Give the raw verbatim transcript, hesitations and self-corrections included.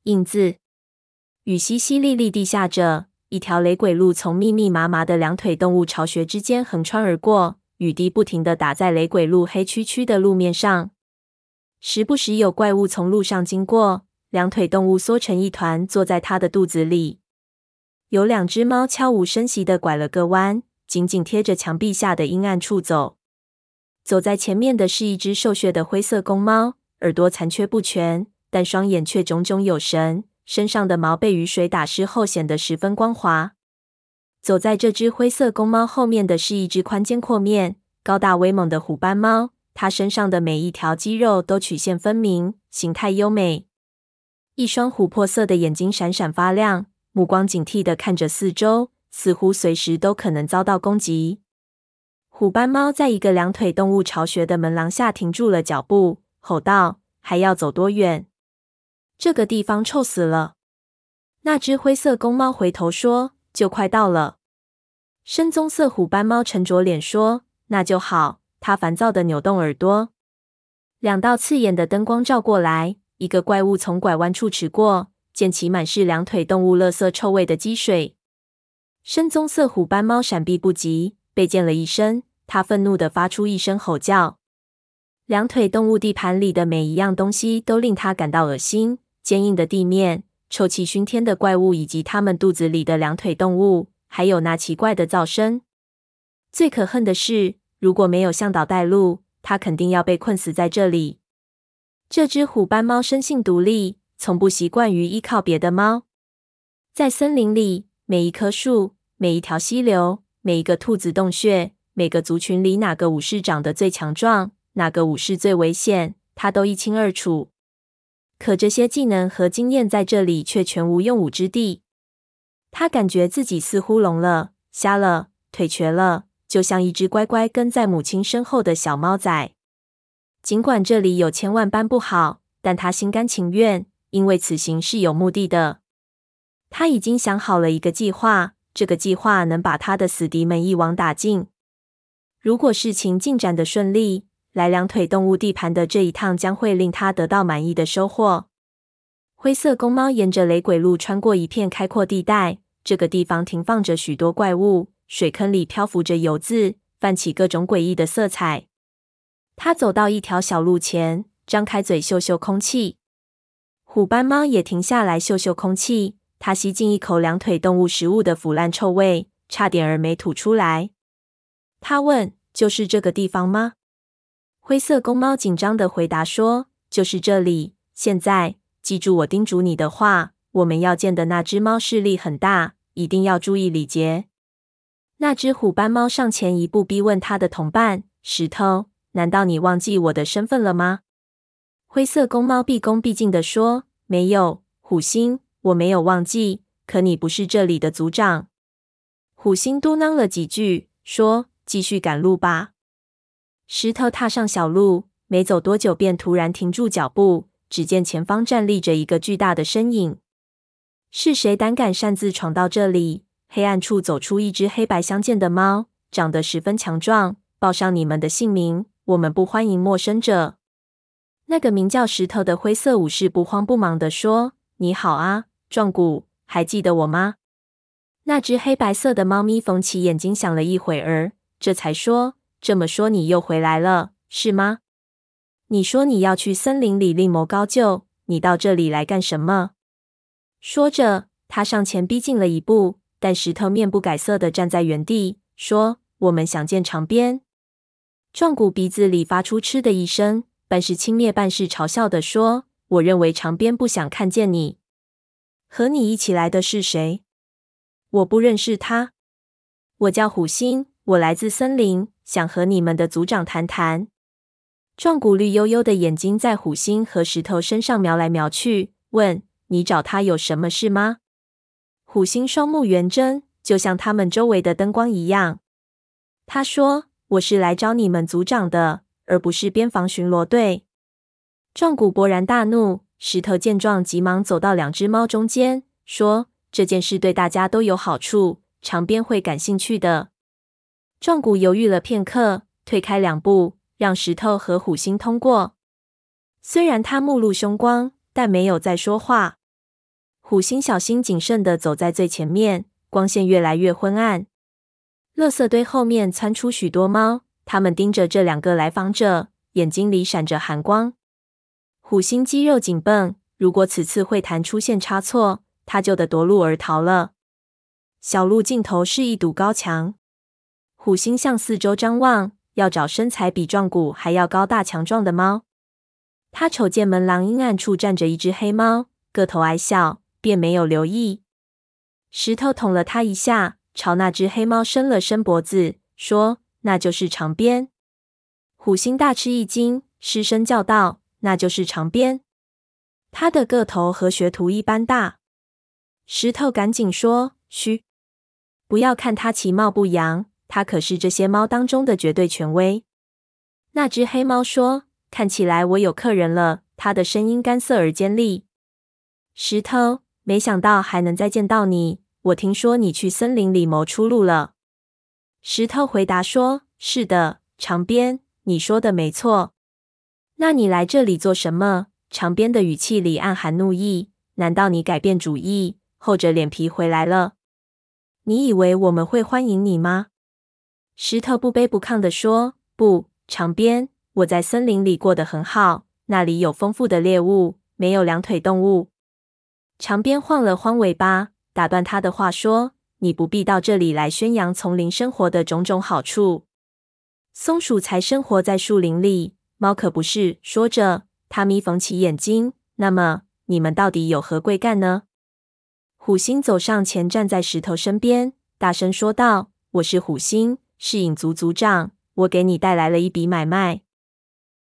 印字。雨淅淅沥沥地下着，一条雷鬼路从密密麻麻的两腿动物巢穴之间横穿而过，雨滴不停地打在雷鬼路黑黢黢的路面上。时不时有怪物从路上经过，两腿动物缩成一团，坐在它的肚子里。有两只猫悄无声息地拐了个弯，紧紧贴着墙壁下的阴暗处走。走在前面的是一只瘦削的灰色公猫，耳朵残缺不全，但双眼却炯炯有神，身上的毛被雨水打湿后显得十分光滑。走在这只灰色公猫后面的是一只宽肩阔面、高大威猛的虎斑猫，它身上的每一条肌肉都曲线分明，形态优美。一双琥珀色的眼睛闪闪发亮，目光警惕地看着四周，似乎随时都可能遭到攻击。虎斑猫在一个两腿动物巢穴的门廊下停住了脚步，吼道：“还要走多远？这个地方臭死了。”那只灰色公猫回头说：“就快到了。”深棕色虎斑猫沉着脸说：“那就好。”它烦躁地扭动耳朵。两道刺眼的灯光照过来，一个怪物从拐弯处驰过，溅起满是两腿动物垃圾臭味的积水。深棕色虎斑猫闪避不及，被溅了一身，它愤怒地发出一声吼叫。两腿动物地盘里的每一样东西都令它感到恶心，坚硬的地面、臭气熏天的怪物以及它们肚子里的两腿动物，还有那奇怪的噪声。最可恨的是，如果没有向导带路，它肯定要被困死在这里。这只虎斑猫生性独立，从不习惯于依靠别的猫。在森林里，每一棵树、每一条溪流、每一个兔子洞穴、每个族群里哪个武士长得最强壮，哪个武士最危险，它都一清二楚。可这些技能和经验在这里却全无用武之地。他感觉自己似乎聋了、瞎了、腿瘸了，就像一只乖乖跟在母亲身后的小猫仔。尽管这里有千万般不好，但他心甘情愿，因为此行是有目的的。他已经想好了一个计划，这个计划能把他的死敌们一网打尽。如果事情进展得顺利，来两腿动物地盘的这一趟将会令他得到满意的收获。灰色公猫沿着雷鬼路穿过一片开阔地带，这个地方停放着许多怪物，水坑里漂浮着油渍，泛起各种诡异的色彩。他走到一条小路前，张开嘴嗅嗅空气。虎斑猫也停下来嗅嗅空气，它吸进一口两腿动物食物的腐烂臭味，差点儿没吐出来。他问：“就是这个地方吗？”灰色公猫紧张地回答说：“就是这里。现在，记住我叮嘱你的话，我们要见的那只猫势力很大，一定要注意礼节。”那只虎斑猫上前一步，逼问他的同伴：“石头，难道你忘记我的身份了吗？”灰色公猫毕恭毕敬地说：“没有，虎星，我没有忘记，可你不是这里的族长。”虎星嘟囔了几句，说：“继续赶路吧。”石头踏上小路，没走多久便突然停住脚步，只见前方站立着一个巨大的身影。是谁胆敢擅自闯到这里？黑暗处走出一只黑白相间的猫，长得十分强壮。报上你们的姓名，我们不欢迎陌生者。那个名叫石头的灰色武士不慌不忙地说：“你好啊，壮骨，还记得我吗？”那只黑白色的猫咪缝起眼睛想了一会儿，这才说：“这么说你又回来了，是吗？你说你要去森林里另谋高就，你到这里来干什么？”说着，他上前逼近了一步，但石头面不改色地站在原地，说：“我们想见长鞭。”壮骨鼻子里发出嗤的一声，半是轻蔑半是嘲笑地说：“我认为长鞭不想看见你。和你一起来的是谁？”“我不认识他。”“我叫虎星，我来自森林，想和你们的族长谈谈。”壮骨绿油油的眼睛在虎星和石头身上瞄来瞄去，问：“你找他有什么事吗？”虎星双目圆睁，就像他们周围的灯光一样。他说：“我是来找你们族长的，而不是边防巡逻队。”壮骨勃然大怒，石头见状急忙走到两只猫中间，说：“这件事对大家都有好处，长鞭会感兴趣的。”壮骨犹豫了片刻，退开两步，让石头和虎星通过。虽然他目露凶光，但没有再说话。 虎星小心谨慎地走在最前面，光线越来越昏暗。垃圾堆后面窜出许多猫，它们盯着这两个来访者，眼睛里闪着寒光。虎星肌肉紧绷，如果此次会谈出现差错，他就得夺路而逃了。小路尽头是一堵高墙，虎星向四周张望，要找身材比壮骨还要高大强壮的猫。他瞅见门廊阴暗处站着一只黑猫，个头矮小，便没有留意。石头捅了他一下，朝那只黑猫伸了伸脖子，说：“那就是长鞭。”虎星大吃一惊，失声叫道：“那就是长鞭。”他的个头和学徒一般大。石头赶紧说：“嘘，不要看他其貌不扬，他可是这些猫当中的绝对权威。”那只黑猫说：“看起来我有客人了。”他的声音干涩而尖利。石头，没想到还能再见到你。我听说你去森林里谋出路了。石头回答说：“是的，长鞭，你说的没错。”那你来这里做什么？长鞭的语气里暗含怒意。难道你改变主意，厚着脸皮回来了？你以为我们会欢迎你吗？石头不卑不亢地说：“不，长鞭，我在森林里过得很好，那里有丰富的猎物，没有两腿动物。”长鞭晃了晃尾巴，打断他的话说：“你不必到这里来宣扬丛林生活的种种好处。松鼠才生活在树林里，猫可不是。”说着，他眯缝起眼睛。那么，你们到底有何贵干呢？虎星走上前，站在石头身边，大声说道：“我是虎星，是影族族长。我给你带来了一笔买卖。